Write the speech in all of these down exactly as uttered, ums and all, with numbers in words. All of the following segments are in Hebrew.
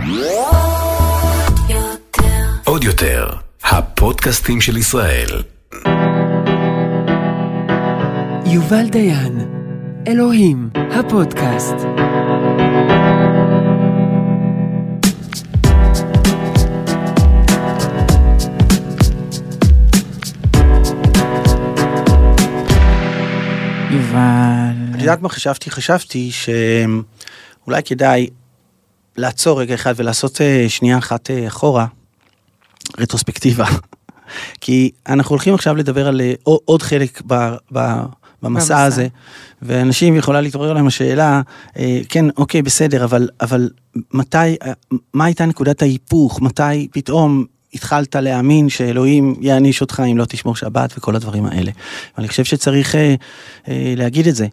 עוד יותר, הפודקאסטים של ישראל. יובל דיין, אלוהים, הפודקאסט. יובל. את יודעת מה חשבתי? חשבתי שאולי כדאי לעצור רגע אחד ולעשות שנייה אחת אחורה, רטרוספקטיבה. כי אנחנו הולכים עכשיו לדבר על עוד חלק ב, ב, במסע הזה, ואנשים יכולה להתעורר להם השאלה, כן, אוקיי, בסדר, אבל, אבל מתי, מה הייתה נקודת ההיפוך? מתי פתאום התחלת להאמין שאלוהים יעניש אותך אם לא תשמור שבת וכל הדברים האלה? ואני חושב שצריך אה, אה, להגיד את זה.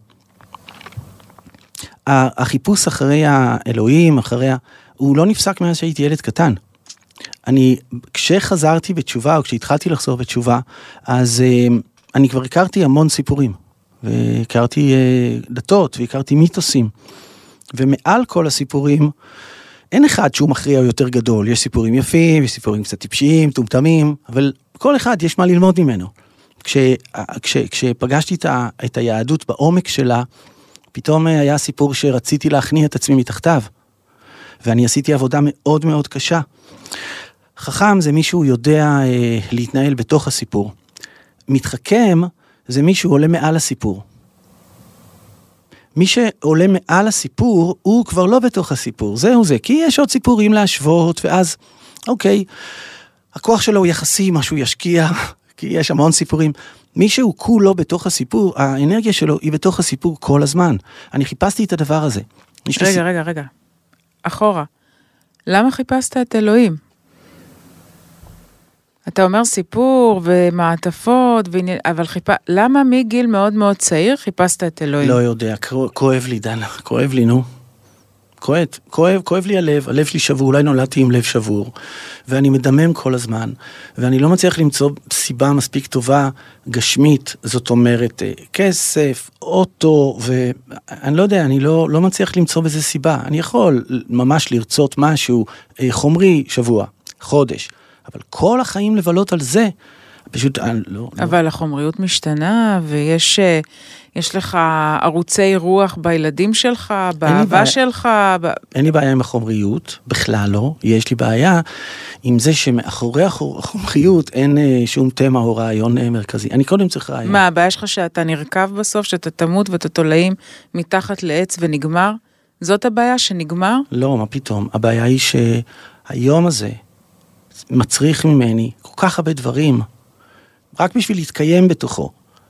החיפוש אחרי האלוהים, אחרי ה... הוא לא נפסק מאז שהייתי ילד קטן. אני, כשחזרתי בתשובה, או כשהתחלתי לחזור בתשובה, אז אה, אני כבר הכרתי המון סיפורים, והכרתי אה, דתות, והכרתי מיתוסים, ומעל כל הסיפורים, אין אחד שהוא מכריע או יותר גדול, יש סיפורים יפים, יש סיפורים קצת טיפשיים, טומטמים, אבל כל אחד יש מה ללמוד ממנו. כש, כש, כשפגשתי את, ה, את היהדות בעומק שלה, פתאום היה סיפור שרציתי להכניע את עצמי מתחתיו, ואני עשיתי עבודה מאוד מאוד קשה. חכם זה מישהו יודע אה, להתנהל בתוך הסיפור. מתחכם זה מישהו עולה מעל הסיפור. מי שעולה מעל הסיפור, הוא כבר לא בתוך הסיפור. זהו זה, כי יש עוד סיפורים להשוות, ואז, אוקיי, הכוח שלו הוא יחסי, משהו ישקיע, כי יש המון סיפורים. מי שהוא כולו בתוך הסיפור, האנרגיה שלו היא בתוך הסיפור כל הזמן. אני חיפשתי את הדבר הזה. רגע, רגע, רגע, רגע. אחורה. למה חיפשת את אלוהים? אתה אומר סיפור ומעטפות, אבל חיפ... למה מגיל מאוד מאוד צעיר חיפשת את אלוהים? לא יודע, כואב לי, דנה, כואב לי, נו. כואב, כואב, כואב לי הלב, הלב שלי שבור, אולי נולדתי עם לב שבור, ואני מדמם כל הזמן, ואני לא מצליח למצוא סיבה מספיק טובה, גשמית, זאת אומרת, כסף, אוטו, ואני לא יודע, אני לא, לא מצליח למצוא בזה סיבה. אני יכול ממש לרצות משהו חומרי שבוע, חודש, אבל כל החיים לבלות על זה, פשוט, לא... אבל לא. החומריות משתנה, ויש יש לך ערוצי רוח בילדים שלך, באהבה שלך. ב... אין לי בעיה עם החומריות, בכלל לא. יש לי בעיה עם זה שמאחורי החומריות אין שום תמה או רעיון מרכזי. אני קודם צריך רעיון. מה, הבעיה שלך שאתה נרכב בסוף, שאתה תמות ואתה תולעים מתחת לעץ ונגמר? זאת הבעיה שנגמר? לא, מה פתאום. הבעיה היא שהיום הזה מצריך ממני כל כך הרבה דברים, רק בשביל להתקיים בתוכו,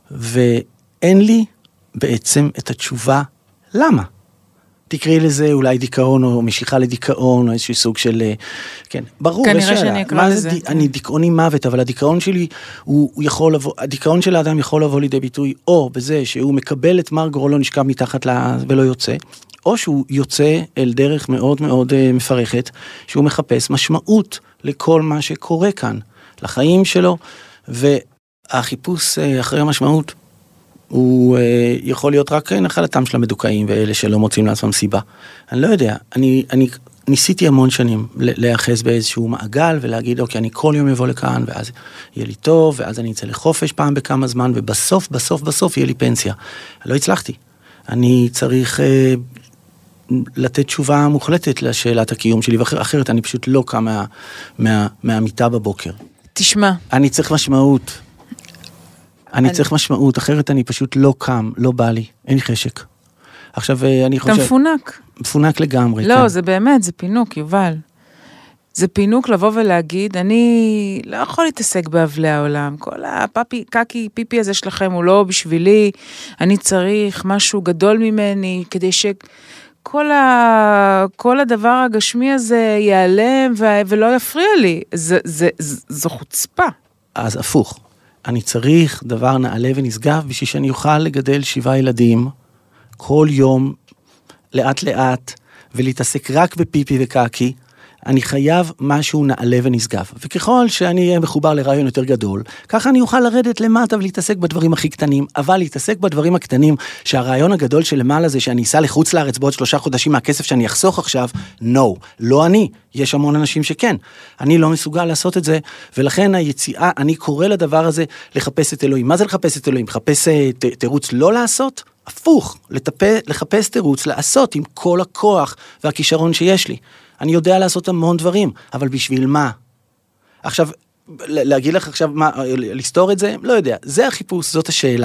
ואין לי בעצם את התשובה, למה? תקראי לזה אולי דיכאון, או משיכה לדיכאון, או איזשהו סוג של, כן, ברור, כנראה שאני אקרא לזה. ד... אני דיכאוני מוות, אבל הדיכאון שלי, הוא, הוא יכול לבוא, הדיכאון של האדם יכול לבוא לידי ביטוי, או בזה שהוא מקבל את מר גורלו נשכב מתחת לה, ולא יוצא, או שהוא יוצא אל דרך מאוד מאוד uh, מפרכת, שהוא מחפש משמעות לכל מה שקורה כאן, לחיים שלו, והחיפוש uh, אחרי המשמעות, הוא uh, יכול להיות רק נחלתם של המדוכאים, ואלה שלא מוצאים לעצמם סיבה. אני לא יודע, אני, אני ניסיתי המון שנים להיאחז באיזשהו מעגל, ולהגיד, אוקיי, אני כל יום אבוא לכאן, ואז יהיה לי טוב, ואז אני אצא לחופש פעם בכמה זמן, ובסוף, בסוף, בסוף יהיה לי פנסיה. לא הצלחתי. אני צריך... Uh, לתת תשובה מוחלטת לשאלת הקיום שלי, ואחרת אני פשוט לא קם מה, מה, מהמיטה בבוקר. תשמע. אני צריך משמעות. אני, אני צריך משמעות, אחרת אני פשוט לא קם, לא בא לי, אין לי חשק. עכשיו אני חושב... אתה מפונק. מפונק לגמרי. לא, כן. זה באמת, זה פינוק, יובל. זה פינוק לבוא ולהגיד, אני לא יכול להתעסק באבלי העולם, כל הפאפי, קקי, פיפי הזה שלכם הוא לא בשבילי, אני צריך משהו גדול ממני, כדי ש... כל, ה... כל הדבר הגשמי הזה ייעלם ו... ולא יפריע לי. זה, זה, זה, זו חוצפה. אז הפוך. אני צריך דבר נעלה ונשגב בשביל שאני אוכל לגדל שבעה ילדים כל יום, לאט לאט, ולהתעסק רק בפיפי וקקי. אני חייב משהו נעלה ונשגב, וככל שאני אהיה מחובר לרעיון יותר גדול, ככה אני אוכל לרדת למטה ולהתעסק בדברים הכי קטנים, אבל להתעסק בדברים הקטנים, שהרעיון הגדול שלמעלה זה שאני אסע לחוץ לארץ בעוד שלושה חודשים מהכסף שאני אחסוך עכשיו, no, לא אני, יש המון אנשים שכן, אני לא מסוגל לעשות את זה, ולכן היציאה, אני קורא לדבר הזה לחפש את אלוהים. מה זה לחפש את אלוהים? לחפש ת, תירוץ לא לעשות? הפוך, לטפ, לחפש תירוץ לעשות עם כל הכוח והכישרון שיש לי. אני יודע לעשות המון דברים, אבל בשביל מה? עכשיו, להגיד לך עכשיו מה, לסתור את זה? לא יודע. זה החיפוש, זאת השאלה.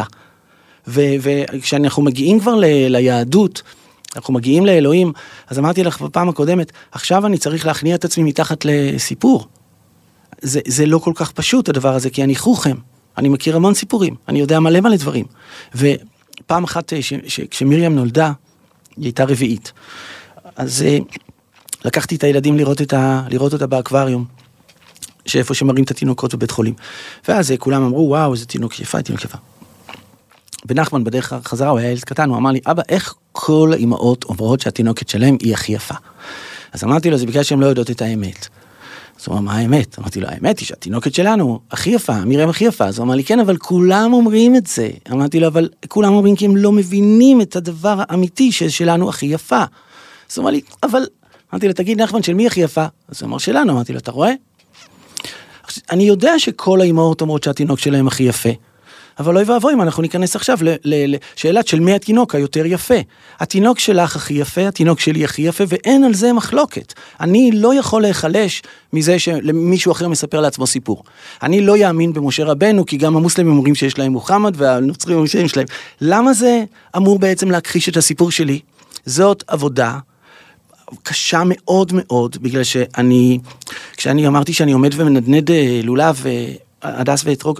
וכשאנחנו מגיעים כבר ל, ליהדות, אנחנו מגיעים לאלוהים, אז אמרתי לך בפעם הקודמת, עכשיו אני צריך להכניע את עצמי מתחת לסיפור. זה, זה לא כל כך פשוט הדבר הזה, כי אני חוכם. אני מכיר המון סיפורים, אני יודע מלא מלא דברים. ופעם אחת ש, ש, כשמרים נולדה, היא הייתה רביעית. אז לקחתי את הילדים לראות, את ה, לראות אותה באקווריום, שאיפה שמראים את התינוקות בבית חולים. ואז כולם אמרו, וואו, איזה תינוק יפה, תינוק יפה. ונחמן בדרך חזרה, הוא היה ילד קטן, הוא אמר לי, אבא, איך כל האמהות אומרות שהתינוקת שלהם היא הכי יפה? אז אמרתי לו, זה בגלל שהן לא יודעות את האמת. אז הוא אמר, מה האמת? אמרתי לו, האמת היא שהתינוקת שלנו הכי יפה, מרים הכי יפה. אז הוא אמר לי, כן, אבל כולם אומרים את זה. אמרתי לו, אבל כולם אומרים כי הם לא מבינים את הדבר האמיתי שלנו הכי יפה. אז הוא אמר לי, אבל, אמרתי לו, תגיד נחמן, של מי הכי יפה? אז הוא אמר, שלנו. אמרתי לו, אתה רואה? אני יודע שכל האמהות אומרות שהתינוק שלהם הכי יפה. אבל אוי ואבוי, אם אנחנו ניכנס עכשיו לשאלת של מי התינוק היותר יפה. התינוק שלך הכי יפה, התינוק שלי הכי יפה, ואין על זה מחלוקת. אני לא יכול להיחלש מזה שמישהו אחר מספר לעצמו סיפור. אני לא יאמין במשה רבנו, כי גם המוסלמים אומרים שיש להם מוחמד, והנוצרים אומרים שיש להם. למה זה אמור בעצם להכחיש את הסיפור שלי? זאת עבודה קשה מאוד מאוד, בגלל שאני, כשאני אמרתי שאני עומד ומנדנד לולב, הדס ואתרוג,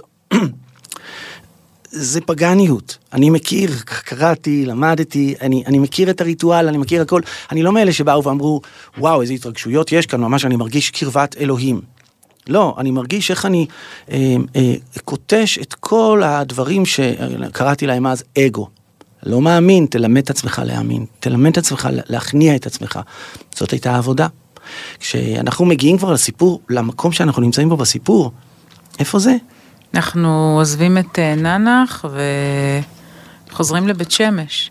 זה פגניות. אני מכיר, קראתי, למדתי, אני, אני מכיר את הריטואל, אני מכיר הכל. אני לא מאלה שבאו ואמרו, וואו, איזה התרגשויות יש כאן, ממש אני מרגיש קרבת אלוהים. לא, אני מרגיש איך אני אה, אה, קוטש את כל הדברים שקראתי להם אז אגו. לא מאמין, תלמד את עצמך להאמין, תלמד את עצמך להכניע את עצמך. זאת הייתה העבודה. כשאנחנו מגיעים כבר לסיפור, למקום שאנחנו נמצאים בו בסיפור, איפה זה? אנחנו עוזבים את ננח וחוזרים לבית שמש.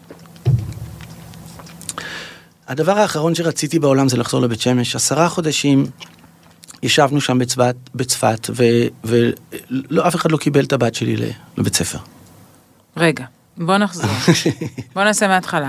הדבר האחרון שרציתי בעולם זה לחזור לבית שמש. עשרה חודשים ישבנו שם בצפת, בצפת ולא, אף אחד לא קיבל את הבת שלי לבית ספר. רגע, בוא נחזור. בוא נעשה מההתחלה.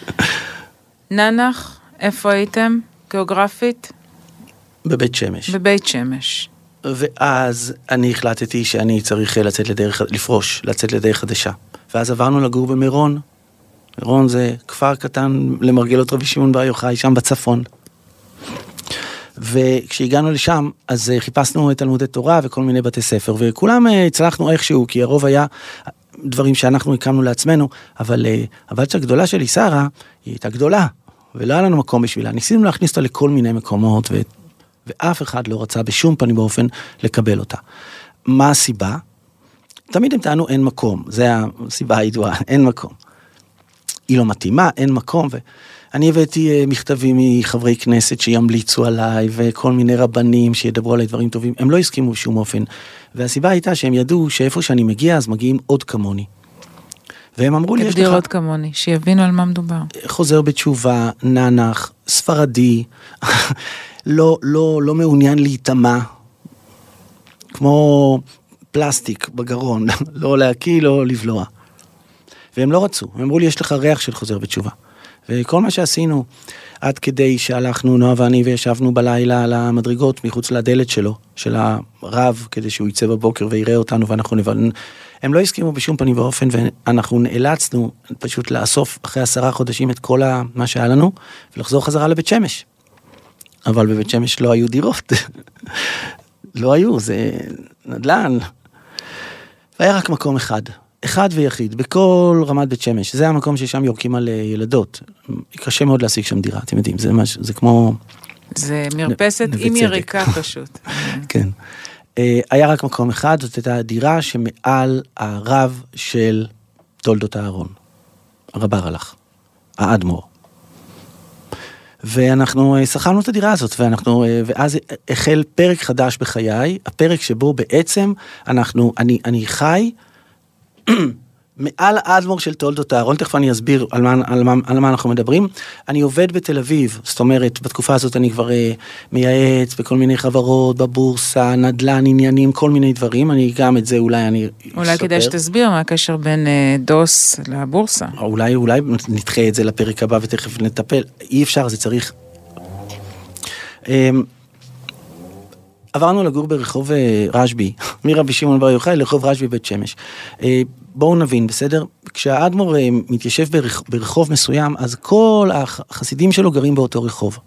ננח, איפה הייתם? גיאוגרפית? בבית שמש. בבית שמש. ואז אני החלטתי שאני צריך לצאת לדרך, לפרוש, לצאת לדרך חדשה. ואז עברנו לגור במירון. מירון זה כפר קטן למרגלות רבי שמעון בר יוחאי, שם בצפון. וכשהגענו לשם, אז חיפשנו את תלמודי תורה וכל מיני בתי ספר, וכולם הצלחנו איכשהו, כי הרוב היה דברים שאנחנו הקמנו לעצמנו, אבל הבת הגדולה שלי, שרה, היא הייתה גדולה, ולא היה לנו מקום בשבילה. ניסינו להכניס אותה לכל מיני מקומות, ו... ואף אחד לא רצה בשום פנים באופן לקבל אותה. מה הסיבה? תמיד הם טענו אין מקום, זה הסיבה הידועה, אין מקום. היא לא מתאימה, אין מקום, ואני הבאתי מכתבים מחברי כנסת שימליצו עליי, וכל מיני רבנים שידברו עליי דברים טובים, הם לא הסכימו בשום אופן, והסיבה הייתה שהם ידעו שאיפה שאני מגיע, אז מגיעים עוד כמוני. והם אמרו לי, יש לך... תגדיר עוד כמוני, שיבינו על מה מדובר. חוזר בתשובה, ננח, ספרדי, לא, לא, לא מעוניין להיטמע, כמו פלסטיק בגרון, לא להקיא, לא לבלוע. והם לא רצו, הם אמרו לי, יש לך ריח של חוזר בתשובה. וכל מה שעשינו, עד כדי שהלכנו, נועה ואני, וישבנו בלילה על המדרגות, מחוץ לדלת שלו, של הרב, כדי שהוא יצא בבוקר ויראה אותנו, ואנחנו נבלנו. הם לא הסכימו בשום פנים ואופן, ואנחנו נאלצנו פשוט לאסוף אחרי עשרה חודשים את כל מה שהיה לנו, ולחזור חזרה לבית שמש. אבל בבית שמש לא היו דירות. לא היו, זה נדל"ן. והיה רק מקום אחד, אחד ויחיד, בכל רמת בית שמש. זה המקום ששם יורקים על ילדות. קשה מאוד להשיג שם דירה, אתם יודעים, זה, מש, זה כמו... זה מרפסת עם יריקה פשוט. כן. היה רק מקום אחד, זאת הייתה דירה שמעל הרב של תולדות הארון. הרב הרל"ח, האדמו"ר. ואנחנו שכרנו את הדירה הזאת, ואנחנו, ואז החל פרק חדש בחיי, הפרק שבו בעצם אנחנו, אני, אני חי, מעל האדמו"ר של תולדות אהרון, תכף אני אסביר על מה, על מה, על מה אנחנו מדברים. אני עובד בתל אביב, זאת אומרת, בתקופה הזאת אני כבר uh, מייעץ בכל מיני חברות, בבורסה, נדל"ן, עניינים, כל מיני דברים. אני גם את זה אולי אני אולי אספר. כדאי שתסביר מה הקשר בין uh, דוס לבורסה. אולי, אולי נדחה את זה לפרק הבא ותכף נטפל. אי אפשר, זה צריך... Um, עברנו לגור ברחוב רשבי, מרבי שמעון בר יוחאי לרחוב רשבי בית שמש. בואו נבין, בסדר? כשהאדמו"ר מתיישב ברחוב מסוים, אז כל החסידים שלו גרים באותו רחוב.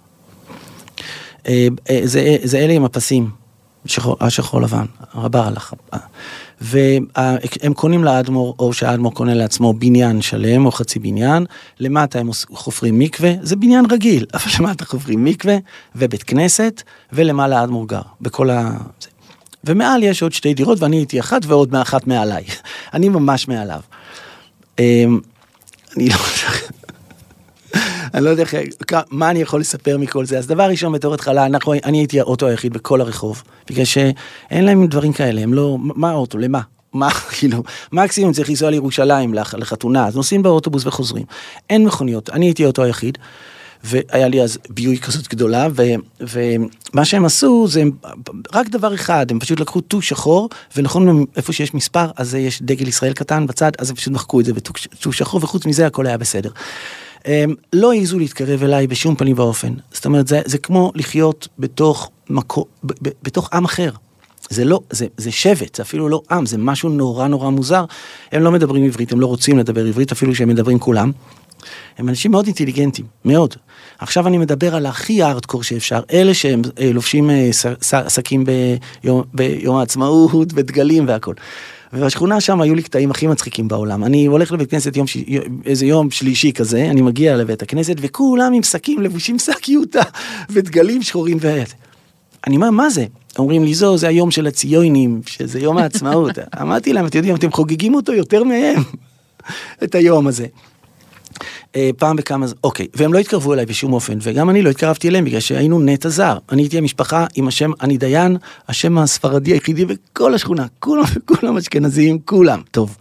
זה, זה אלה עם הפסים, השחור לבן, רבה הלך. והם קונים לאדמו"ר, או שהאדמו"ר קונה לעצמו בניין שלם, או חצי בניין, למטה הם חופרים מקווה, זה בניין רגיל, אבל למטה חופרים מקווה, ובית כנסת, ולמעלה האדמו"ר גר, בכל ה... ומעל יש עוד שתי דירות, ואני הייתי אחת, ועוד מאחת מעליי. אני ממש מעליו. אני לא... אני לא יודע מה אני יכול לספר מכל זה. אז דבר ראשון, בתור התחלה, אני הייתי האוטו היחיד בכל הרחוב, בגלל שאין להם דברים כאלה, הם לא, מה האוטו, למה? מה, כאילו, מקסימום צריך לנסוע לירושלים, לחתונה, אז נוסעים באוטובוס וחוזרים. אין מכוניות, אני הייתי האוטו היחיד, והיה לי אז ביוי כזאת גדולה, ומה שהם עשו, זה רק דבר אחד, הם פשוט לקחו טו שחור, ונכון, איפה שיש מספר, אז יש דגל ישראל קטן בצד, אז הם פשוט מחקו את זה בטו שחור, וחוץ מזה הכל היה בסדר. לא העזו להתקרב אליי בשום פנים ואופן. זאת אומרת, זה, זה כמו לחיות בתוך, מקו, ב, ב, בתוך עם אחר. זה לא, זה, זה שבט, זה אפילו לא עם, זה משהו נורא נורא מוזר. הם לא מדברים עברית, הם לא רוצים לדבר עברית, אפילו שהם מדברים כולם. הם אנשים מאוד אינטליגנטים, מאוד. עכשיו אני מדבר על הכי הארדקור שאפשר, אלה שהם לובשים עסקים ביום, ביום העצמאות, בדגלים והכל. ובשכונה שם היו לי קטעים הכי מצחיקים בעולם. אני הולך לבית כנסת יום, איזה יום שלישי כזה, אני מגיע לבית הכנסת, וכולם עם שקים, לבושים שק יוטה, ודגלים שחורים והיה. אני אומר, מה זה? אומרים לי, זו, זה היום של הציונים, שזה יום העצמאות. אמרתי להם, אתם יודעים, אתם חוגגים אותו יותר מהם, את היום הזה. פעם בכמה, אוקיי, והם לא התקרבו אליי בשום אופן, וגם אני לא התקרבתי אליהם, בגלל שהיינו נטע זר. אני הייתי המשפחה עם השם, אני דיין, השם הספרדי היחידי בכל השכונה, כולם, כולם אשכנזים, כולם, טוב.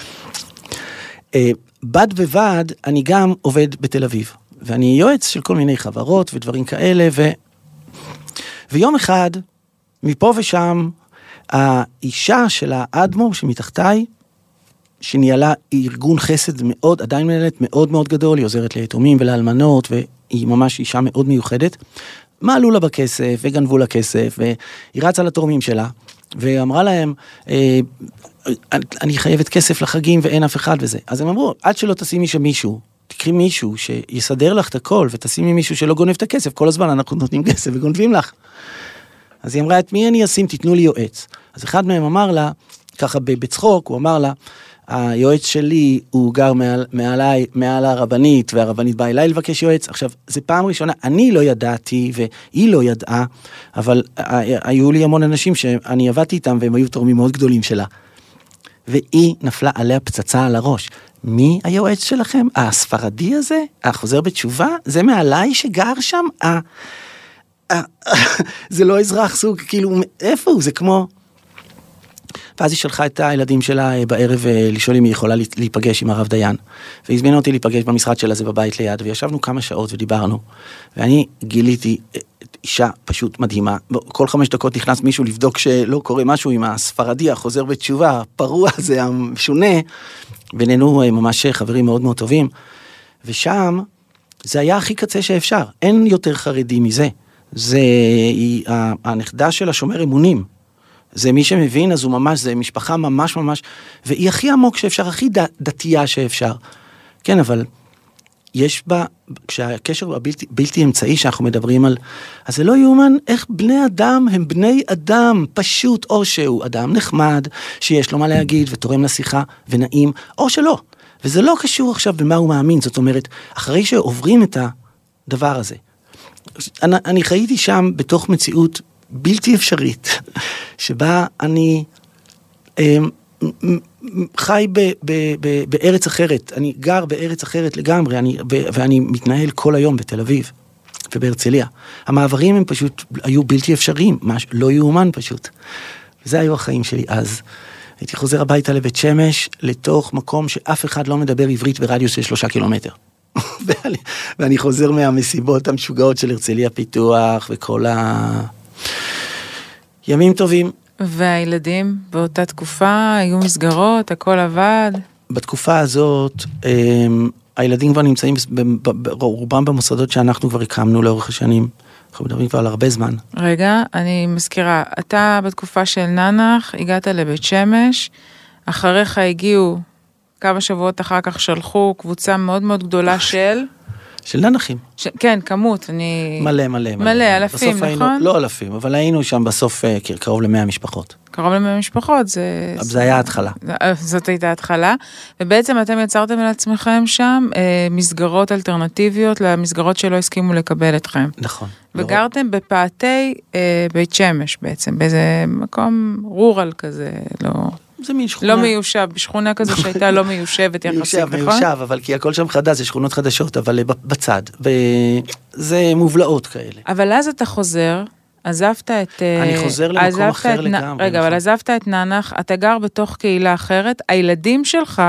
בד בבד, אני גם עובד בתל אביב, ואני יועץ של כל מיני חברות ודברים כאלה, ו... ויום אחד, מפה ושם, האישה של האדמו"ר שמתחתיי, שניהלה ארגון חסד מאוד, עדיין מנהלת מאוד מאוד גדול, היא עוזרת ליתומים ולאלמנות, והיא ממש אישה מאוד מיוחדת, מעלו לה בכסף, וגנבו לה כסף, והיא רצה לתורמים שלה, ואמרה להם, אני חייבת כסף לחגים ואין אף אחד וזה. אז הם אמרו, עד שלא תשימי שם מישהו, תקרי מישהו שיסדר לך את הכל, ותשימי מישהו שלא גונב את הכסף, כל הזמן אנחנו נותנים כסף וגונבים לך. אז היא אמרה, את מי אני אשים, תתנו לי יועץ. אז אחד מהם אמר לה, ככה בצחוק, הוא אמר לה, היועץ שלי הוא גר מעל, מעליי, מעל הרבנית, והרבנית באה אליי לבקש יועץ. עכשיו, זה פעם ראשונה, אני לא ידעתי, והיא לא ידעה, אבל היו לי המון אנשים שאני עבדתי איתם, והם היו תורמים מאוד גדולים שלה. והיא נפלה עליה פצצה על הראש. מי היועץ שלכם? הספרדי הזה? החוזר בתשובה? זה מעליי שגר שם? זה לא אזרח סוג, כאילו, איפה הוא? זה כמו... ואז היא שלחה את הילדים שלה בערב לשאול אם היא יכולה להיפגש עם הרב דיין. והזמינה אותי להיפגש במשרד שלה, זה בבית ליד, וישבנו כמה שעות ודיברנו. ואני גיליתי אישה פשוט מדהימה. כל חמש דקות נכנס מישהו לבדוק שלא קורה משהו עם הספרדי, החוזר בתשובה, הפרוע הזה, המשונה. בינינו ממש חברים מאוד מאוד טובים. ושם זה היה הכי קצה שאפשר. אין יותר חרדי מזה. זה הנכדה של השומר אמונים. זה מי שמבין, אז הוא ממש, זה משפחה ממש ממש, והיא הכי עמוק שאפשר, הכי ד, דתייה שאפשר. כן, אבל יש בה, כשהקשר הבלתי, בלתי אמצעי שאנחנו מדברים על, אז זה לא יאומן איך בני אדם הם בני אדם, פשוט, או שהוא אדם נחמד, שיש לו מה להגיד, ותורם לשיחה, ונעים, או שלא. וזה לא קשור עכשיו במה הוא מאמין, זאת אומרת, אחרי שעוברים את הדבר הזה. אני, אני חייתי שם בתוך מציאות, בלתי אפשרית, שבה אני חי ב, ב, ב, בארץ אחרת, אני גר בארץ אחרת לגמרי, אני, ב, ואני מתנהל כל היום בתל אביב. ובהרצליה. המעברים הם פשוט היו בלתי אפשריים, מש, לא יאומן פשוט. וזה היו החיים שלי אז. הייתי חוזר הביתה לבית שמש, לתוך מקום שאף אחד לא מדבר עברית ברדיוס של שלושה קילומטר. ואני, ואני חוזר מהמסיבות המשוגעות של הרצליה פיתוח, וכל ה... ימים טובים. והילדים באותה תקופה, היו מסגרות, הכל עבד? בתקופה הזאת, הילדים כבר נמצאים, רובם במוסדות שאנחנו כבר הקמנו לאורך השנים. אנחנו מדברים כבר על הרבה זמן. רגע, אני מזכירה, אתה בתקופה של ננח, הגעת לבית שמש, אחריך הגיעו, כמה שבועות אחר כך שלחו קבוצה מאוד מאוד גדולה של... של ננחים. ש... כן, כמות, אני... מלא, מלא. מלא, מלא אלפים, נכון? היינו, לא אלפים, אבל היינו שם בסוף קרוב למאה משפחות. קרוב למאה משפחות, זה... זה היה ההתחלה. זאת הייתה ההתחלה, ובעצם אתם יצרתם לעצמכם שם אה, מסגרות אלטרנטיביות למסגרות שלא הסכימו לקבל אתכם. נכון. וגרתם לא... בפאתי אה, בית שמש בעצם, באיזה מקום רורל כזה, לא... זה מין שכונה. לא מיושב, בשכונה כזו שהייתה לא מיושבת יחסית, נכון? מיושב, מיושב, אבל כי הכל שם חדש, זה שכונות חדשות, אבל בצד, וזה מובלעות כאלה. אבל אז אתה חוזר, עזבת את... אני חוזר למקום אחר לגמרי. רגע, אבל עזבת את ננח, אתה גר בתוך קהילה אחרת, הילדים שלך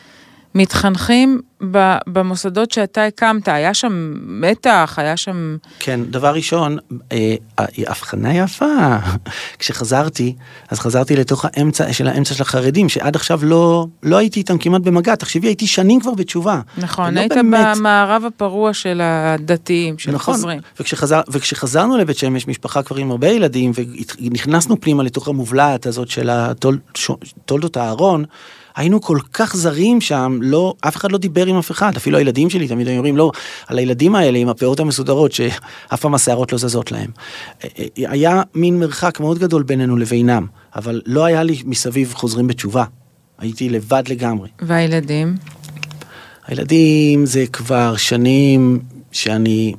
מתחנכים במוסדות שאתה הקמת, היה שם מתח, היה שם... כן, דבר ראשון, הבחנה יפה. כשחזרתי, אז חזרתי לתוך האמצע של האמצע של החרדים, שעד עכשיו לא, לא הייתי איתם כמעט במגע, תחשבי, הייתי שנים כבר בתשובה. נכון, היית באמת... במערב הפרוע של הדתיים, של נכון, החוזרים. וכשחזר, וכשחזרנו לבית שמש, משפחה כבר עם הרבה ילדים, ונכנסנו פנימה לתוך המובלעת הזאת של תולדות הארון, היינו כל כך זרים שם, לא, אף אחד לא דיבר עם אף אחד, אפילו הילדים שלי תמיד אומרים, לא, על הילדים האלה עם הפאות המסודרות, שאף פעם השערות לא זזות להם. היה מין מרחק מאוד גדול בינינו לבינם, אבל לא היה לי מסביב חוזרים בתשובה. הייתי לבד לגמרי. והילדים? הילדים זה כבר שנים שאני,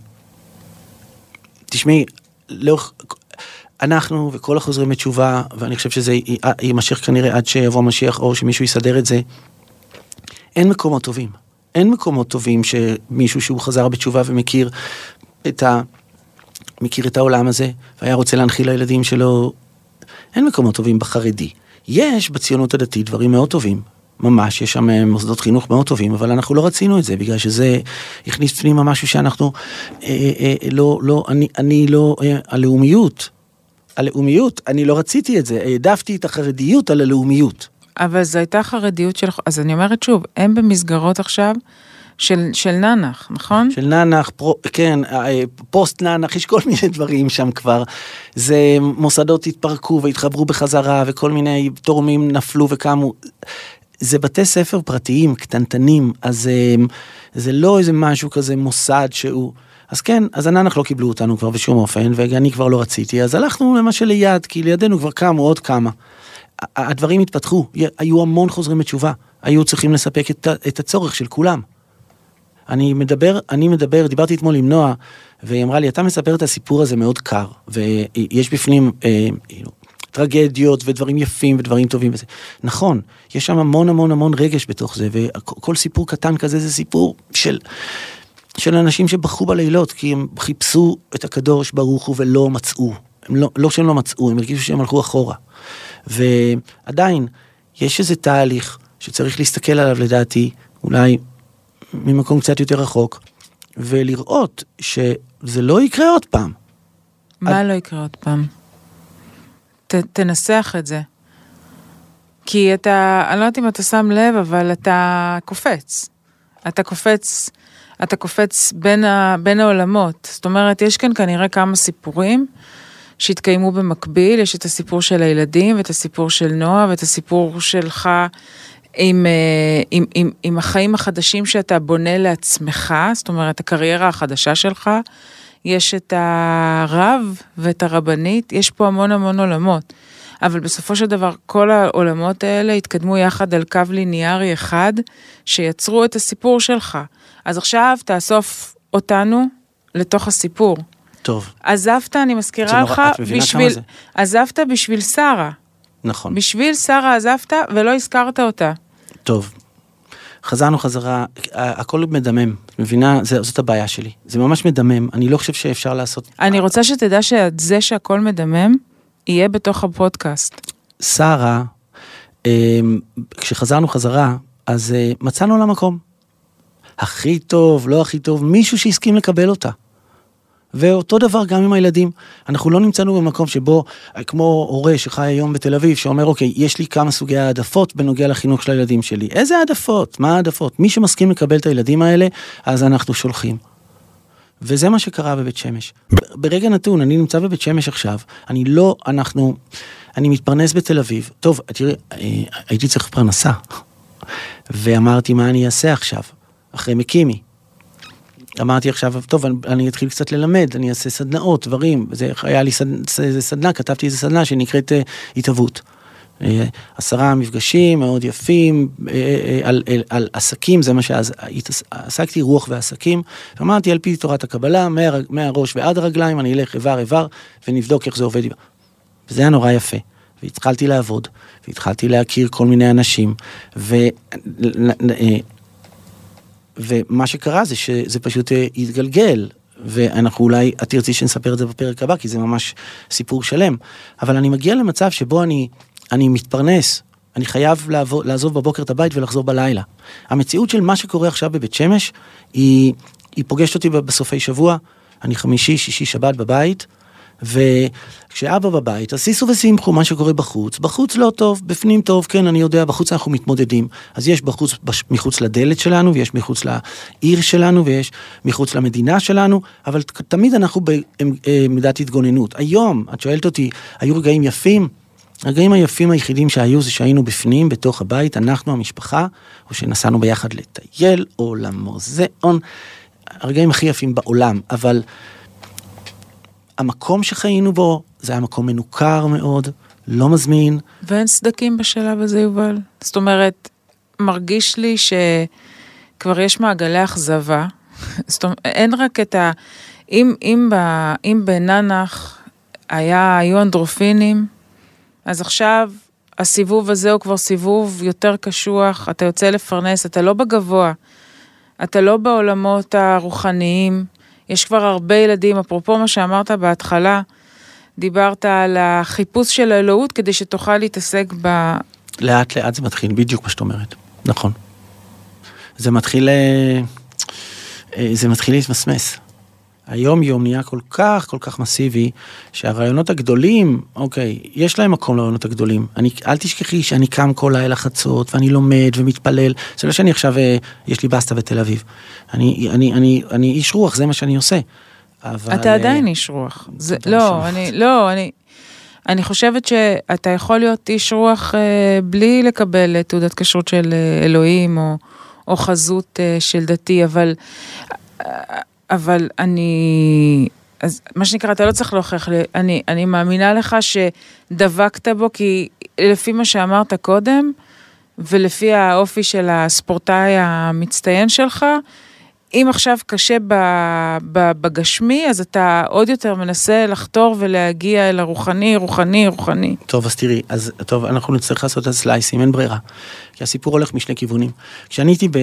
תשמעי, לא... אנחנו וכל החוזרים בתשובה, ואני חושב שזה יימשך כנראה עד שיבוא משיח, או שמישהו יסדר את זה, אין מקומות טובים. אין מקומות טובים שמישהו שהוא חזר בתשובה ומכיר את ה... מכיר את העולם הזה, והיה רוצה להנחיל לילדים שלו, אין מקומות טובים בחרדי. יש בציונות הדתית דברים מאוד טובים, ממש, יש שם מוסדות חינוך מאוד טובים, אבל אנחנו לא רצינו את זה, בגלל שזה הכניס פנימה משהו שאנחנו, אה, אה, לא, לא, אני, אני לא, אה, הלאומיות, הלאומיות, אני לא רציתי את זה, העדפתי את החרדיות על הלאומיות. אבל זו הייתה חרדיות של... אז אני אומרת שוב, הם במסגרות עכשיו של, של ננח, נכון? של ננח, פרו, כן, פוסט ננח, יש כל מיני דברים שם כבר. זה מוסדות התפרקו והתחברו בחזרה, וכל מיני תורמים נפלו וקמו. זה בתי ספר פרטיים, קטנטנים, אז זה לא איזה משהו כזה מוסד שהוא... אז כן, אז הננח לא קיבלו אותנו כבר בשום אופן, ואני כבר לא רציתי, אז הלכנו למה שליד, כי לידינו כבר קמו עוד כמה. הדברים התפתחו, היו המון חוזרים בתשובה, היו צריכים לספק את, את הצורך של כולם. אני מדבר, אני מדבר, דיברתי אתמול עם נועה, והיא אמרה לי, אתה מספר את הסיפור הזה מאוד קר, ויש בפנים אה, טרגדיות ודברים יפים ודברים טובים וזה. נכון, יש שם המון המון המון רגש בתוך זה, וכל סיפור קטן כזה זה סיפור של... של אנשים שבחרו בלילות, כי הם חיפשו את הקדוש ברוך הוא ולא מצאו. הם לא, לא שהם לא מצאו, הם הרגישו שהם הלכו אחורה. ועדיין, יש איזה תהליך שצריך להסתכל עליו לדעתי, אולי ממקום קצת יותר רחוק, ולראות שזה לא יקרה עוד פעם. מה עד... לא יקרה עוד פעם? ת, תנסח את זה. כי אתה, אני לא יודעת אם אתה שם לב, אבל אתה קופץ. אתה קופץ... אתה קופץ בין, ה, בין העולמות. זאת אומרת, יש כאן כנראה כמה סיפורים שהתקיימו במקביל. יש את הסיפור של הילדים, ואת הסיפור של נועה, ואת הסיפור שלך עם, עם, עם, עם החיים החדשים שאתה בונה לעצמך, זאת אומרת, הקריירה החדשה שלך. יש את הרב ואת הרבנית, יש פה המון המון עולמות. אבל בסופו של דבר, כל העולמות האלה התקדמו יחד על קו ליניארי אחד, שיצרו את הסיפור שלך. אז עכשיו תאסוף אותנו לתוך הסיפור. טוב. עזבת, אני מזכירה לך, בשביל, עזבת בשביל שרה. נכון. בשביל שרה עזבת ולא הזכרת אותה. טוב. חזרנו חזרה, הכל מדמם, את מבינה? זאת הבעיה שלי. זה ממש מדמם, אני לא חושב שאפשר לעשות... אני רוצה שתדע שזה שהכל מדמם, יהיה בתוך הפודקאסט. שרה, כשחזרנו חזרה, אז מצאנו לה מקום. הכי טוב, לא הכי טוב, מישהו שהסכים לקבל אותה. ואותו דבר גם עם הילדים. אנחנו לא נמצאנו במקום שבו, כמו הורה שחי היום בתל אביב, שאומר, אוקיי, יש לי כמה סוגי העדפות בנוגע לחינוך של הילדים שלי. איזה העדפות? מה העדפות? מי שמסכים לקבל את הילדים האלה, אז אנחנו שולחים. וזה מה שקרה בבית שמש. ברגע נתון, אני נמצא בבית שמש עכשיו, אני לא, אנחנו, אני מתפרנס בתל אביב. טוב, תראי, הייתי צריך פרנסה. ואמרתי, מה אני אעשה עכשיו? אחרי מקימי. אמרתי עכשיו, טוב, אני, אני אתחיל קצת ללמד, אני אעשה סדנאות, דברים, וזה היה לי סד, סדנה, כתבתי איזו סדנה שנקראת uh, התאבות. Uh, עשרה מפגשים מאוד יפים, uh, uh, על, על, על עסקים, זה מה שאז, עסקתי רוח ועסקים, אמרתי על פי תורת הקבלה, מה, מהראש ועד הרגליים, אני אלך איבר איבר, ונבדוק איך זה עובד. וזה היה נורא יפה. והתחלתי לעבוד, והתחלתי להכיר כל מיני אנשים, ו... ומה שקרה זה שזה פשוט התגלגל, ואנחנו אולי, את תרצי שנספר את זה בפרק הבא, כי זה ממש סיפור שלם, אבל אני מגיע למצב שבו אני, אני מתפרנס, אני חייב לעבור, לעזוב בבוקר את הבית ולחזור בלילה. המציאות של מה שקורה עכשיו בבית שמש, היא, היא פוגשת אותי בסופי שבוע, אני חמישי, שישי, שבת בבית, וכשאבא בבית, אז סיסו ושימחו מה שקורה בחוץ, בחוץ לא טוב, בפנים טוב, כן, אני יודע, בחוץ אנחנו מתמודדים, אז יש בחוץ, מחוץ לדלת שלנו, ויש מחוץ לעיר שלנו, ויש מחוץ למדינה שלנו, אבל תמיד אנחנו במידת התגוננות. היום, את שואלת אותי, היו רגעים יפים? הרגעים היפים היחידים שהיו זה שהיינו בפנים, בתוך הבית, אנחנו המשפחה, או שנסענו ביחד לטייל, או למוזיאון, הרגעים הכי יפים בעולם, אבל המקום שחיינו בו, זה היה מקום מנוכר מאוד, לא מזמין. ואין סדקים בשלב הזה, יובל. זאת אומרת, מרגיש לי שכבר יש מעגלי אכזבה. זאת אומרת, אין רק את ה... אם, אם, ב... אם בננח היה, היו אנדרופינים, אז עכשיו הסיבוב הזה הוא כבר סיבוב יותר קשוח, אתה יוצא לפרנס, אתה לא בגבוה, אתה לא בעולמות הרוחניים, יש כבר הרבה ילדים, אפרופו מה שאמרת בהתחלה, דיברת על החיפוש של האלוהות, כדי שתוכל להתעסק ב... לאט לאט זה מתחיל, בדיוק מה שאת אומרת. נכון. זה מתחיל, זה מתחיל להתמסמס. היום יום נהיה כל כך, כל כך מסיבי, שהרעיונות הגדולים, אוקיי, יש להם מקום לרעיונות הגדולים. אני, אל תשכחי שאני קם כל לילה חצות, ואני לומד ומתפלל. זה לא שאני עכשיו, יש לי בסטה בתל אביב. אני, אני, אני, אני איש רוח, זה מה שאני עושה. אבל... אתה עדיין איש רוח. זה, לא, אני, לא, אני, אני חושבת שאתה יכול להיות איש רוח בלי לקבל תעודת כשרות של אלוהים, או, או חזות של דתי, אבל... אבל אני, אז מה שנקרא, אתה לא צריך להוכיח לי, אני, אני מאמינה לך שדבקת בו, כי לפי מה שאמרת קודם, ולפי האופי של הספורטאי המצטיין שלך, אם עכשיו קשה בגשמי, אז אתה עוד יותר מנסה לחתור ולהגיע אל הרוחני, רוחני, רוחני. טוב, אז תראי, אז טוב, אנחנו נצטרך לעשות את סלייסים, אין ברירה. כי הסיפור הולך משני כיוונים. כשאני הייתי,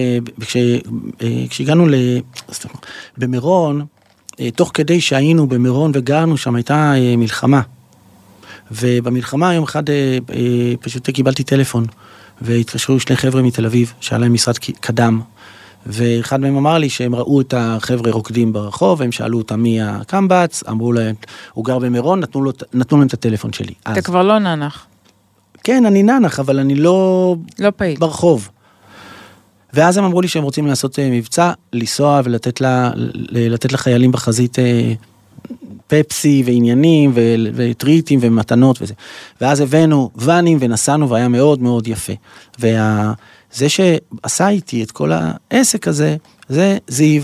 כשהגענו במירון, תוך כדי שהיינו במירון וגרנו שם, הייתה מלחמה. ובמלחמה יום אחד פשוט קיבלתי טלפון, והתקשרו שני חבר'ה מתל אביב, שהיה להם משרד קדם, ואחד מהם אמר לי שהם ראו את החבר'ה רוקדים ברחוב, והם שאלו אותם מי הקמב"ץ, אמרו להם, הוא גר במירון, נתנו, לו, נתנו להם את הטלפון שלי. אתה אז... כבר לא ננח. כן, אני ננח, אבל אני לא... לא פעיל. ברחוב. ואז הם אמרו לי שהם רוצים לעשות מבצע, לנסוע ולתת לה, לתת לחיילים בחזית פפסי ועניינים וטריטים ומתנות וזה. ואז הבאנו ואנים ונסענו, והיה מאוד מאוד יפה. וה... זה שעשה איתי את כל העסק הזה, זה זיו.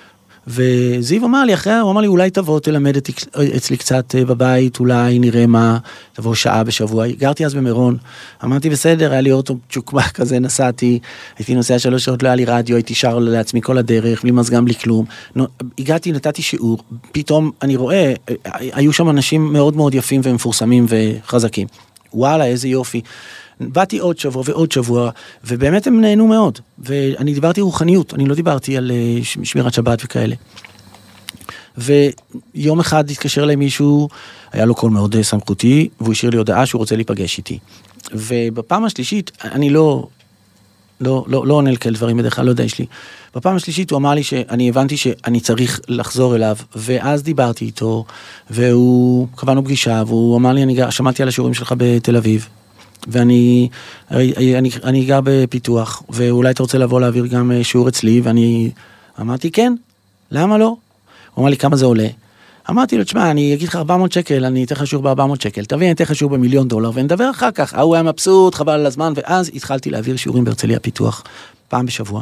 וזיו אמר לי, אחרי, הוא אמר לי, אולי תבוא, תלמד אצלי קצת בבית, אולי נראה מה, תבוא שעה בשבוע. גרתי אז במירון, אמרתי, בסדר, היה לי אוטו צ'וקמה כזה, נסעתי, הייתי נוסע שלוש שעות, לא היה לי רדיו, הייתי שר לעצמי כל הדרך, בלי מזגם, בלי כלום. הגעתי, נתתי שיעור, פתאום אני רואה, היו שם אנשים מאוד מאוד יפים ומפורסמים וחזקים. וואלה, איזה יופי. באתי עוד שבוע ועוד שבוע, ובאמת הם נהנו מאוד. ואני דיברתי רוחניות, אני לא דיברתי על שמירת שבת וכאלה. ויום אחד התקשר אליי מישהו, היה לו קול מאוד סמכותי, והוא השאיר לי הודעה שהוא רוצה להיפגש איתי. ובפעם השלישית, אני לא, לא, לא, לא עונה לכאלה דברים בדרך כלל, לא יודע, יש לי. בפעם השלישית הוא אמר לי שאני הבנתי שאני צריך לחזור אליו, ואז דיברתי איתו, והוא, קבענו פגישה, והוא אמר לי, אני שמעתי על השיעורים שלך בתל אביב, ואני אני, אני גר בפיתוח, ואולי אתה רוצה לבוא להעביר גם שיעור אצלי, ואני אמרתי, כן, למה לא? הוא אמר לי, כמה זה עולה? אמרתי לו, תשמע, אני אגיד לך ארבע מאות שקל, אני אתן לך שיעור ב-ארבע מאות שקל, תביא, אני אתן לך שיעור במיליון דולר, ונדבר אחר כך. הוא היה מבסוט, חבל על הזמן, ואז התחלתי להעביר שיעורים בהרצליה פיתוח, פעם בשבוע,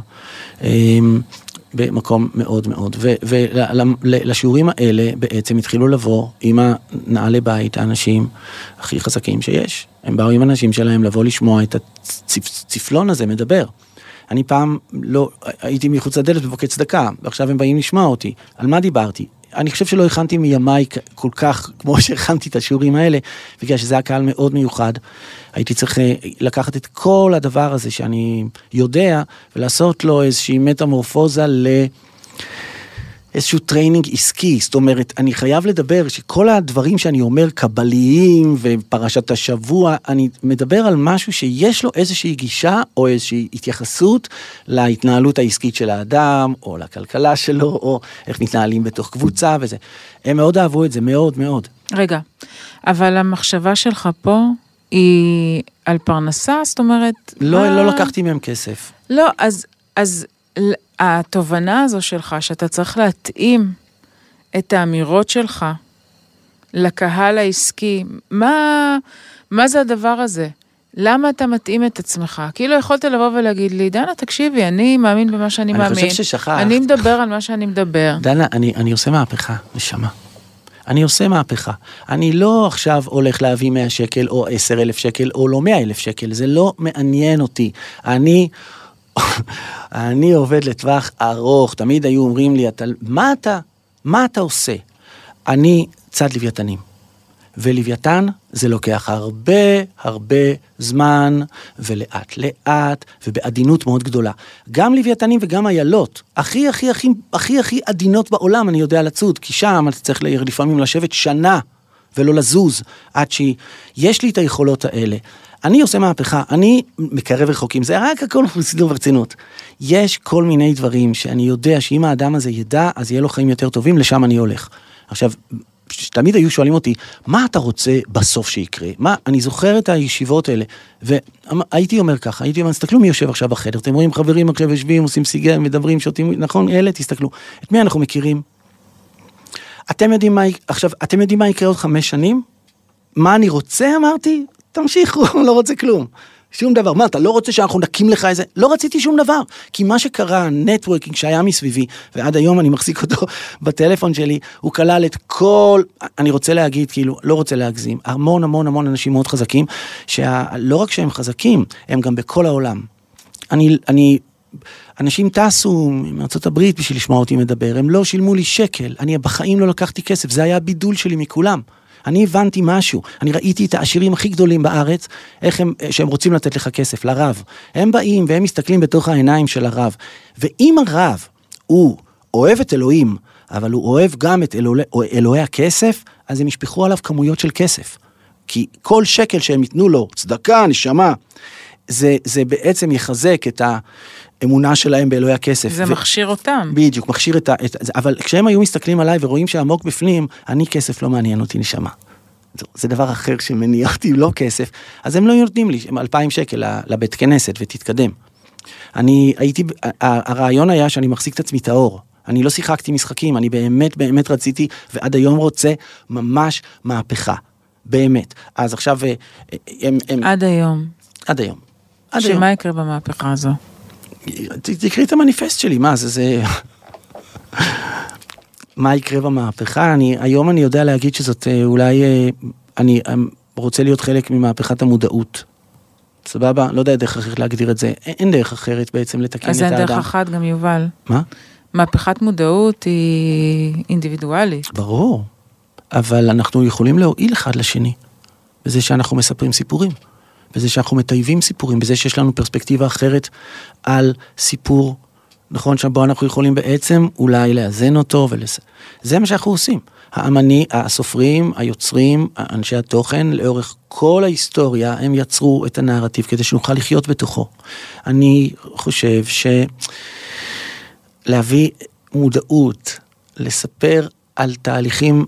במקום מאוד מאוד, ולשיעורים האלה בעצם התחילו לבוא עם הנעלי בית, האנשים הכי חזקים שיש. הם באו עם אנשים שלהם לבוא לשמוע את הצפלון הזה מדבר. אני פעם לא, הייתי מחוץ לדלת בבקש צדקה, ועכשיו הם באים לשמוע אותי. על מה דיברתי? אני חושב שלא הכנתי מימיי כל כך, כמו שהכנתי את השיעורים האלה, בגלל שזה היה קהל מאוד מיוחד. הייתי צריך לקחת את כל הדבר הזה שאני יודע, ולעשות לו איזושהי מטמורפוזה לאיזשהו טריינינג עסקי. זאת אומרת, אני חייב לדבר שכל הדברים שאני אומר, קבליים ופרשת השבוע, אני מדבר על משהו שיש לו איזושהי גישה, או איזושהי התייחסות להתנהלות העסקית של האדם, או לכלכלה שלו, או איך מתנהלים בתוך קבוצה וזה. הם מאוד אהבו את זה, מאוד מאוד. רגע, אבל המחשבה שלך פה היא על פרנסה, זאת אומרת... לא, מה... לא לקחתי מהם כסף. לא, אז, אז התובנה הזו שלך, שאתה צריך להתאים את האמירות שלך לקהל העסקי, מה, מה זה הדבר הזה? למה אתה מתאים את עצמך? כאילו יכולת לבוא ולהגיד לי, דנה, תקשיבי, אני מאמין במה שאני אני מאמין. חושב ששכחת. אני מדבר על מה שאני מדבר. דנה, אני, אני עושה מהפכה, נשמה. אני עושה מהפכה. אני לא עכשיו הולך להביא מאה שקל או עשר אלף שקל או לא מאה אלף שקל. זה לא מעניין אותי. אני, אני עובד לטווח ארוך. תמיד היו אומרים לי, אתה, מה אתה, מה אתה עושה? אני צד לוויתנים. ולוויתן זה לוקח הרבה הרבה זמן, ולאט לאט, ובעדינות מאוד גדולה. גם לוויתנים וגם איילות, הכי הכי הכי הכי הכי עדינות בעולם, אני יודע לצוד, כי שם אתה צריך לפעמים לשבת שנה, ולא לזוז, עד שיש לי את היכולות האלה. אני עושה מהפכה, אני מקרב רחוקים, זה רק הכל סידור ורצינות. יש כל מיני דברים שאני יודע שאם האדם הזה ידע, אז יהיה לו חיים יותר טובים, לשם אני הולך. עכשיו, תמיד היו שואלים אותי, מה אתה רוצה בסוף שיקרה? מה, אני זוכר את הישיבות האלה, והייתי אומר ככה, הייתי אומר, תסתכלו מי יושב עכשיו בחדר, אתם רואים חברים עכשיו יושבים, עושים סיגר, מדברים, שותים, נכון, אלה, תסתכלו, את מי אנחנו מכירים? אתם יודעים מה, עכשיו, אתם יודעים מה יקרה עוד חמש שנים? מה אני רוצה, אמרתי? תמשיכו, לא רוצה כלום. שום דבר. מה, אתה לא רוצה שאנחנו נקים לך איזה? לא רציתי שום דבר. כי מה שקרה, נטוורקינג שהיה מסביבי, ועד היום אני מחזיק אותו בטלפון שלי, הוא כלל את כל, אני רוצה להגיד, כאילו, לא רוצה להגזים, המון המון המון אנשים מאוד חזקים, שלא רק שהם חזקים, הם גם בכל העולם. אני, אני, אנשים טסו מארצות הברית בשביל לשמוע אותי מדבר, הם לא שילמו לי שקל, אני בחיים לא לקחתי כסף, זה היה הבידול שלי מכולם. אני הבנתי משהו, אני ראיתי את העשירים הכי גדולים בארץ, איך הם, שהם רוצים לתת לך כסף, לרב. הם באים והם מסתכלים בתוך העיניים של הרב. ואם הרב הוא אוהב את אלוהים, אבל הוא אוהב גם את אלוהי, אלוהי הכסף, אז הם ישפכו עליו כמויות של כסף. כי כל שקל שהם ייתנו לו, צדקה, נשמה, זה, זה בעצם יחזק את האמונה שלהם באלוהי הכסף. זה ו... מכשיר אותם. בדיוק, מכשיר את ה... את... אבל כשהם היו מסתכלים עליי ורואים שעמוק בפנים, אני כסף לא מעניין אותי, נשמה. זה, זה דבר אחר שמניע אותי, לא כסף. אז הם לא נותנים לי אלפיים שקל לבית כנסת ותתקדם. אני הייתי... הרעיון היה שאני מחזיק את עצמי את האור. אני לא שיחקתי משחקים, אני באמת באמת רציתי, ועד היום רוצה ממש מהפכה. באמת. אז עכשיו... הם, הם... עד היום. עד היום. שמה יקרה במהפכה הזו? תקראי את המניפסט שלי, מה זה, זה... מה יקרה במהפכה? אני, היום אני יודע להגיד שזאת אולי, אני רוצה להיות חלק ממהפכת המודעות. סבבה? לא יודע דרך אחרת להגדיר את זה. אין דרך אחרת בעצם לתקן את האדם. אז אין דרך אחת גם יובל. מה? מהפכת מודעות היא אינדיבידואלית. ברור. אבל אנחנו יכולים להועיל אחד לשני. בזה שאנחנו מספרים סיפורים, בזה שאנחנו מטייבים סיפורים, בזה שיש לנו פרספקטיבה אחרת על סיפור, נכון, שבו אנחנו יכולים בעצם אולי לאזן אותו, ולס... זה מה שאנחנו עושים. האמני, הסופרים, היוצרים, אנשי התוכן, לאורך כל ההיסטוריה, הם יצרו את הנרטיב כדי שנוכל לחיות בתוכו. אני חושב שלהביא מודעות, לספר על תהליכים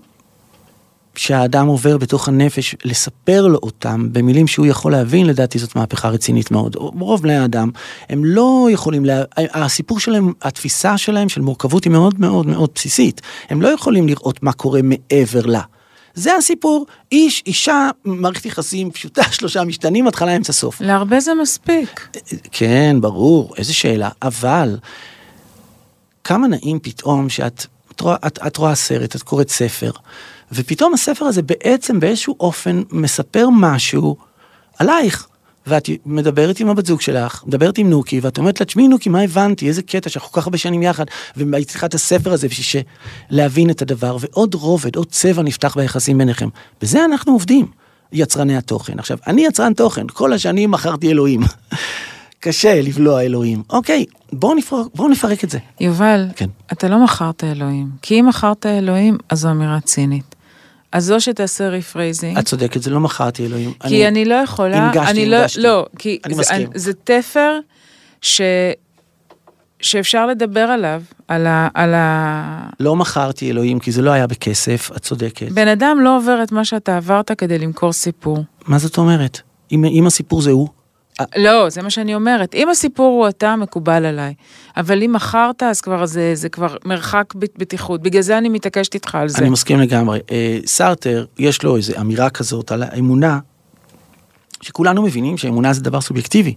שהאדם עובר בתוך הנפש, לספר לו אותם במילים שהוא יכול להבין, לדעתי זאת מהפכה רצינית מאוד. רוב בני האדם, הם לא יכולים, לה... הסיפור שלהם, התפיסה שלהם של מורכבות היא מאוד מאוד מאוד בסיסית. הם לא יכולים לראות מה קורה מעבר לה. זה הסיפור, איש, אישה, מערכת יחסים פשוטה, שלושה משתנים, התחלה, אמצע, סוף. להרבה זה מספיק. כן, ברור, איזו שאלה, אבל כמה נעים פתאום שאת את רואה, את, את רואה סרט, את קוראת ספר, ופתאום הספר הזה בעצם באיזשהו אופן מספר משהו עלייך, ואת מדברת עם הבת זוג שלך, מדברת עם נוקי, ואת אומרת לה, תשמעי נוקי, מה הבנתי, איזה קטע שאנחנו כל כך הרבה שנים יחד, והיא צריכה את הספר הזה בשביל להבין את הדבר, ועוד רובד, עוד צבע נפתח ביחסים ביניכם. בזה אנחנו עובדים, יצרני התוכן. עכשיו, אני יצרן תוכן, כל השנים מכרתי אלוהים. קשה לבלוע אלוהים. אוקיי, בואו נפרק, בואו נפרק את זה. יובל, כן. אתה לא מכרת אלוהים. כי אם מכרת אלוהים, אז זו אמירה צינית. אז זו שתעשה ריפרייזינג. את צודקת, זה לא מכרתי אלוהים. כי אני, אני לא יכולה... הנגשתי, אני הנגשתי. לא, לא, כי אני זה, מסכים. זה תפר ש... שאפשר לדבר עליו, על ה... על ה... לא מכרתי אלוהים, כי זה לא היה בכסף, את צודקת. בן אדם לא עובר את מה שאתה עברת כדי למכור סיפור. מה זאת אומרת? אם, אם הסיפור זה הוא? לא, זה מה שאני אומרת. אם הסיפור הוא אתה, מקובל עליי. אבל אם מכרת, אז כבר זה, זה כבר מרחק בטיחות. בגלל זה אני מתעקשת איתך על זה. אני מסכים לגמרי. סארטר, יש לו איזו אמירה כזאת על האמונה, שכולנו מבינים שהאמונה זה דבר סובייקטיבי.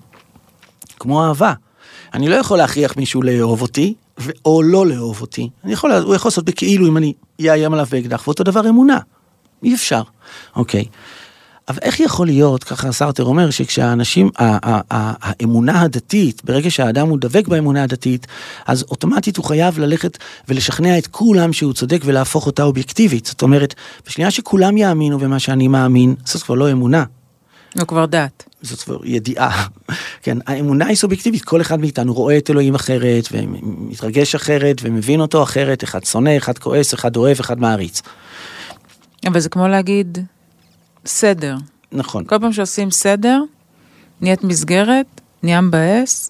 כמו אהבה. אני לא יכול להכריח מישהו לאהוב אותי, או לא לאהוב אותי. אני יכול, הוא יכול לעשות בכאילו אם אני יאיים עליו באקדח, ואותו דבר אמונה. אי אפשר. אוקיי. אבל איך יכול להיות, ככה סארטר אומר, שכשהאנשים, האמונה הדתית, ברגע שהאדם הוא דבק באמונה הדתית, אז אוטומטית הוא חייב ללכת ולשכנע את כולם שהוא צודק ולהפוך אותה אובייקטיבית. זאת אומרת, בשנייה שכולם יאמינו במה שאני מאמין, זאת כבר לא אמונה. לא כבר דת. זאת כבר ידיעה. כן, האמונה היא סובייקטיבית, כל אחד מאיתנו רואה את אלוהים אחרת, ומתרגש אחרת, ומבין אותו אחרת, אחד שונא, אחד כועס, אחד אוהב, אחד מעריץ. אבל זה כמו להגיד... סדר. נכון. כל פעם שעושים סדר, נהיית מסגרת, נהיה מבאס,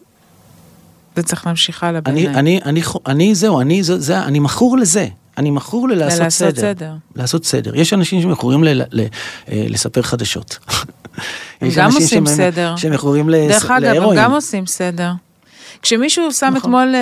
וצריך להמשיך הלאה אני, בעיניי. אני, אני, אני, זהו, אני, זה, זה, אני מכור לזה. אני מכור ללעשות סדר. לעשות סדר. לעשות סדר. יש אנשים שמכורים ל, ל, ל, לספר חדשות. הם גם עושים סדר. שמכורים להירואין. דרך אגב, הם גם עושים סדר. כשמישהו שם אתמול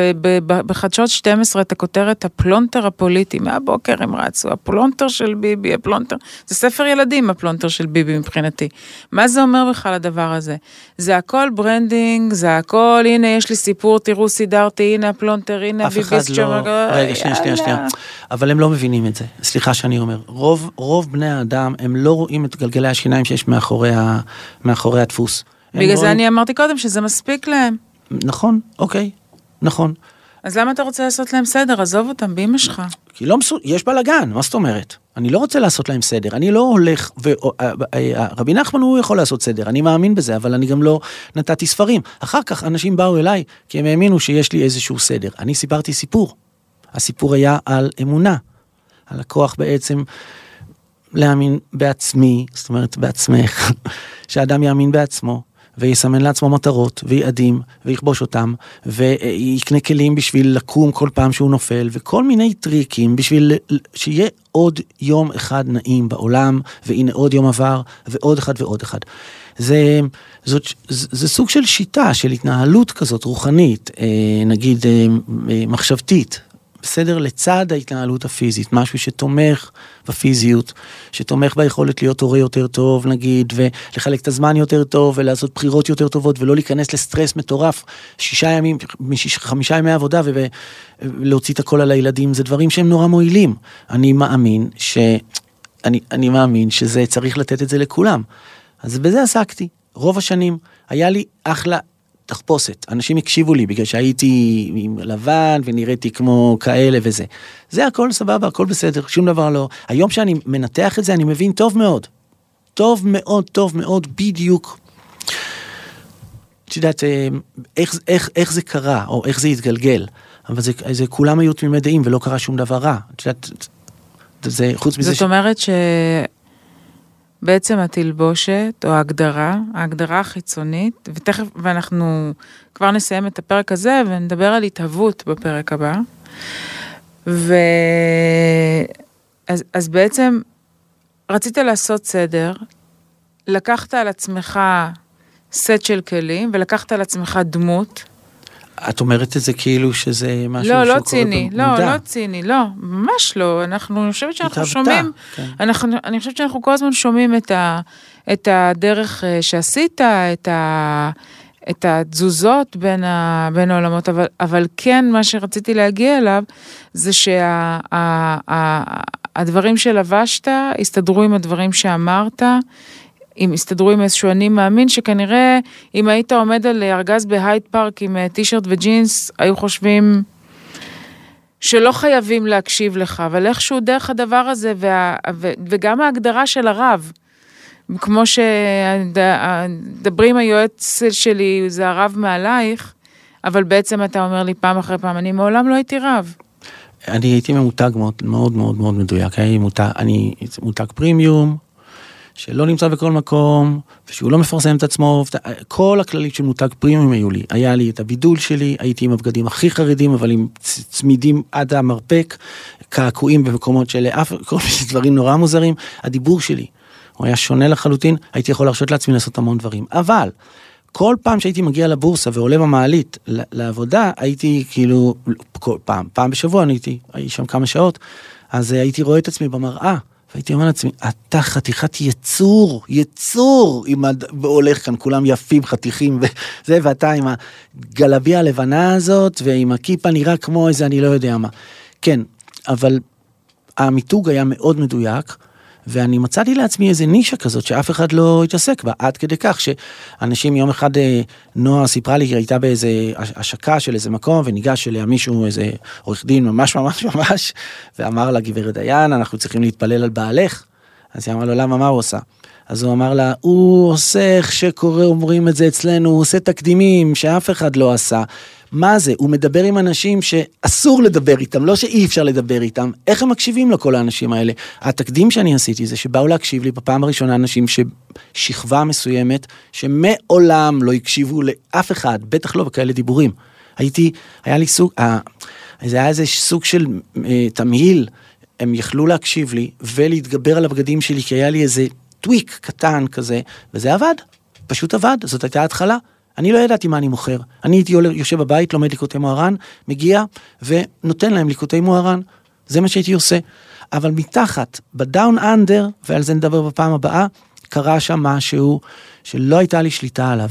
בחדשות שתים עשרה את הכותרת הפלונטר הפוליטי, מהבוקר הם רצו, הפלונטר של ביבי, הפלונטר, זה ספר ילדים הפלונטר של ביבי מבחינתי. מה זה אומר בכלל הדבר הזה? זה הכל ברנדינג, זה הכל, הנה יש לי סיפור, תראו סידרתי, הנה הפלונטר, הנה הביביסט. אף אחד לא, רגע, שנייה, שנייה, שנייה. אבל הם לא מבינים את זה, סליחה שאני אומר. רוב, רוב בני האדם, הם לא רואים את גלגלי השיניים שיש מאחורי, ה, מאחורי הדפוס. בגלל זה אני אמרתי קודם שזה מספיק להם. נכון, אוקיי, נכון. אז למה אתה רוצה לעשות להם סדר? עזוב אותם, באמא שלך. כי לא מסו... יש בלגן, מה זאת אומרת? אני לא רוצה לעשות להם סדר, אני לא הולך, ו... רבי נחמן הוא יכול לעשות סדר, אני מאמין בזה, אבל אני גם לא נתתי ספרים. אחר כך אנשים באו אליי, כי הם האמינו שיש לי איזשהו סדר. אני סיפרתי סיפור. הסיפור היה על אמונה, על הכוח בעצם להאמין בעצמי, זאת אומרת בעצמך, שהאדם יאמין בעצמו, ויסמן לעצמו מטרות, ויעדים, ויכבוש אותם, ויקנה כלים בשביל לקום כל פעם שהוא נופל, וכל מיני טריקים בשביל שיהיה עוד יום אחד נעים בעולם, והנה עוד יום עבר, ועוד אחד ועוד אחד. זה, זאת, זה, זה סוג של שיטה, של התנהלות כזאת רוחנית, נגיד מחשבתית, בסדר, לצד ההתנהלות הפיזית, משהו שתומך בפיזיות, שתומך ביכולת להיות הורה יותר טוב, נגיד, ולחלק את הזמן יותר טוב, ולעשות בחירות יותר טובות, ולא להיכנס לסטרס מטורף, שישה ימים, משיש, חמישה ימי עבודה, ולהוציא את הכל על הילדים, זה דברים שהם נורא מועילים. אני מאמין ש... אני, אני מאמין שזה צריך לתת את זה לכולם. אז בזה עסקתי. רוב השנים היה לי אחלה תחפושת. אנשים הקשיבו לי בגלל שהייתי עם לבן ונראיתי כמו כאלה וזה. זה הכל סבבה, הכל בסדר, שום דבר לא. היום שאני מנתח את זה, אני מבין טוב מאוד. טוב מאוד, טוב מאוד, בדיוק. את יודעת, איך, איך, איך זה קרה, או איך זה התגלגל, אבל זה, זה כולם היו תמימי דעים, ולא קרה שום דבר רע. את יודעת, זה חוץ מזה... זאת אומרת שבעצם התלבושת, או ההגדרה, ההגדרה החיצונית, ותכף, ואנחנו כבר נסיים את הפרק הזה, ונדבר על התהוות בפרק הבא, ו... אז, אז בעצם רצית לעשות סדר, לקחת על עצמך סט של כלים, ולקחת על עצמך דמות. את אומרת את זה כאילו שזה משהו לא, שהוא לא קורה ציני, במודע. לא, לא ציני, לא, ממש לא. אנחנו, אני חושבת שאנחנו התהוותה, שומעים, כן. אנחנו, אני חושבת שאנחנו כל הזמן שומעים את ה, את הדרך שעשית, את ה, את התזוזות בין ה, בין העולמות, אבל, אבל כן, מה שרציתי להגיע אליו, זה שה, ה, ה, הדברים שלבשת, הסתדרו עם הדברים שאמרת, אם הסתדרו עם איזשהו אני מאמין שכנראה אם היית עומד על ארגז בהייד פארק עם טישרט וג'ינס, היו חושבים שלא חייבים להקשיב לך, אבל איכשהו דרך הדבר הזה, וה, ו, וגם ההגדרה של הרב, כמו שדברים היועץ שלי, זה הרב מעלייך, אבל בעצם אתה אומר לי פעם אחרי פעם, אני מעולם לא הייתי רב. אני הייתי ממותג מאוד מאוד מאוד מאוד מדויק, אני מותג, אני מותג פרימיום, שלא נמצא בכל מקום, ושהוא לא מפרסם את עצמו, כל הכללית של מותג פרימיום היו לי, היה לי את הבידול שלי, הייתי עם הבגדים הכי חרדים, אבל עם צמידים עד המרפק, קעקועים במקומות של אף, כל מיני דברים נורא מוזרים, הדיבור שלי, הוא היה שונה לחלוטין, הייתי יכול להרשות לעצמי לעשות המון דברים, אבל כל פעם שהייתי מגיע לבורסה ועולה במעלית לעבודה, הייתי כאילו, כל פעם, פעם בשבוע אני הייתי, הייתי שם כמה שעות, אז הייתי רואה את עצמי במראה, והייתי אומר לעצמי, אתה חתיכת יצור, יצור, עם הד... והולך כאן, כולם יפים, חתיכים, וזה, ואתה עם הגלביה הלבנה הזאת, ועם הכיפה נראה כמו איזה, אני לא יודע מה. כן, אבל המיתוג היה מאוד מדויק, ואני מצאתי לעצמי איזה נישה כזאת, שאף אחד לא התעסק בה, עד כדי כך שאנשים יום אחד, נועה סיפרה לי, היא הייתה באיזה השקה של איזה מקום, וניגש אליה מישהו, איזה עורך דין ממש ממש ממש, ואמר לה, גברת דיין, אנחנו צריכים להתפלל על בעלך. אז היא אמרה לו, למה, מה הוא עושה? אז הוא אמר לה, הוא עושה איך שקורא, אומרים את זה אצלנו, הוא עושה תקדימים שאף אחד לא עשה. מה זה? הוא מדבר עם אנשים שאסור לדבר איתם, לא שאי אפשר לדבר איתם. איך הם מקשיבים לכל האנשים האלה? התקדים שאני עשיתי זה שבאו להקשיב לי בפעם הראשונה אנשים ששכבה מסוימת, שמעולם לא הקשיבו לאף אחד, בטח לא בכאלה דיבורים. הייתי, היה לי סוג, אה, זה היה איזה סוג של אה, תמהיל, הם יכלו להקשיב לי ולהתגבר על הבגדים שלי, כי היה לי איזה טוויק קטן כזה, וזה עבד, פשוט עבד, זאת הייתה התחלה. אני לא ידעתי מה אני מוכר. אני הייתי יושב בבית, לומד ליקוטי מוהר"ן, מגיע ונותן להם ליקוטי מוהר"ן. זה מה שהייתי עושה. אבל מתחת, בדאון אנדר, ועל זה נדבר בפעם הבאה, קרה שם משהו שלא הייתה לי שליטה עליו.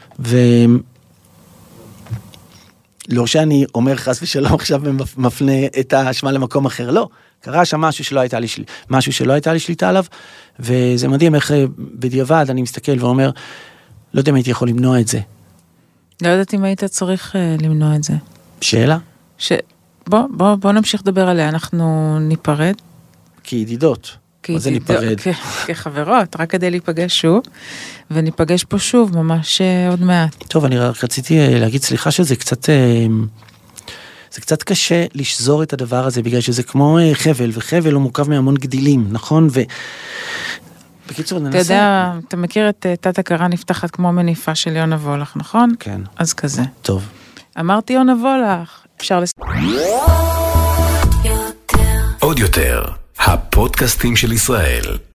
ולא שאני אומר חס ושלום עכשיו ומפנה את האשמה למקום אחר, לא. קרה שם משהו שלא הייתה לי, משהו שלא הייתה לי שליטה עליו, וזה מדהים איך בדיעבד אני מסתכל ואומר, לא יודע אם הייתי יכול למנוע את זה. לא יודעת אם היית צריך uh, למנוע את זה. שאלה? ש... בוא, בוא, בוא נמשיך לדבר עליה, אנחנו ניפרד. כידידות. מה זה ניפרד? כ... כחברות, רק כדי להיפגש שוב, וניפגש פה שוב ממש uh, עוד מעט. טוב, אני רק רציתי uh, להגיד סליחה שזה קצת, uh, זה קצת קשה לשזור את הדבר הזה, בגלל שזה כמו uh, חבל, וחבל הוא מורכב מהמון גדילים, נכון? ו... בקיצור, ננסה. אתה יודע, אתה מכיר את תת הכרה נפתחת כמו מניפה של יונה וולך, נכון? כן. אז כזה. טוב. אמרתי יונה וולך, אפשר לס... עוד יותר, הפודקאסטים של ישראל.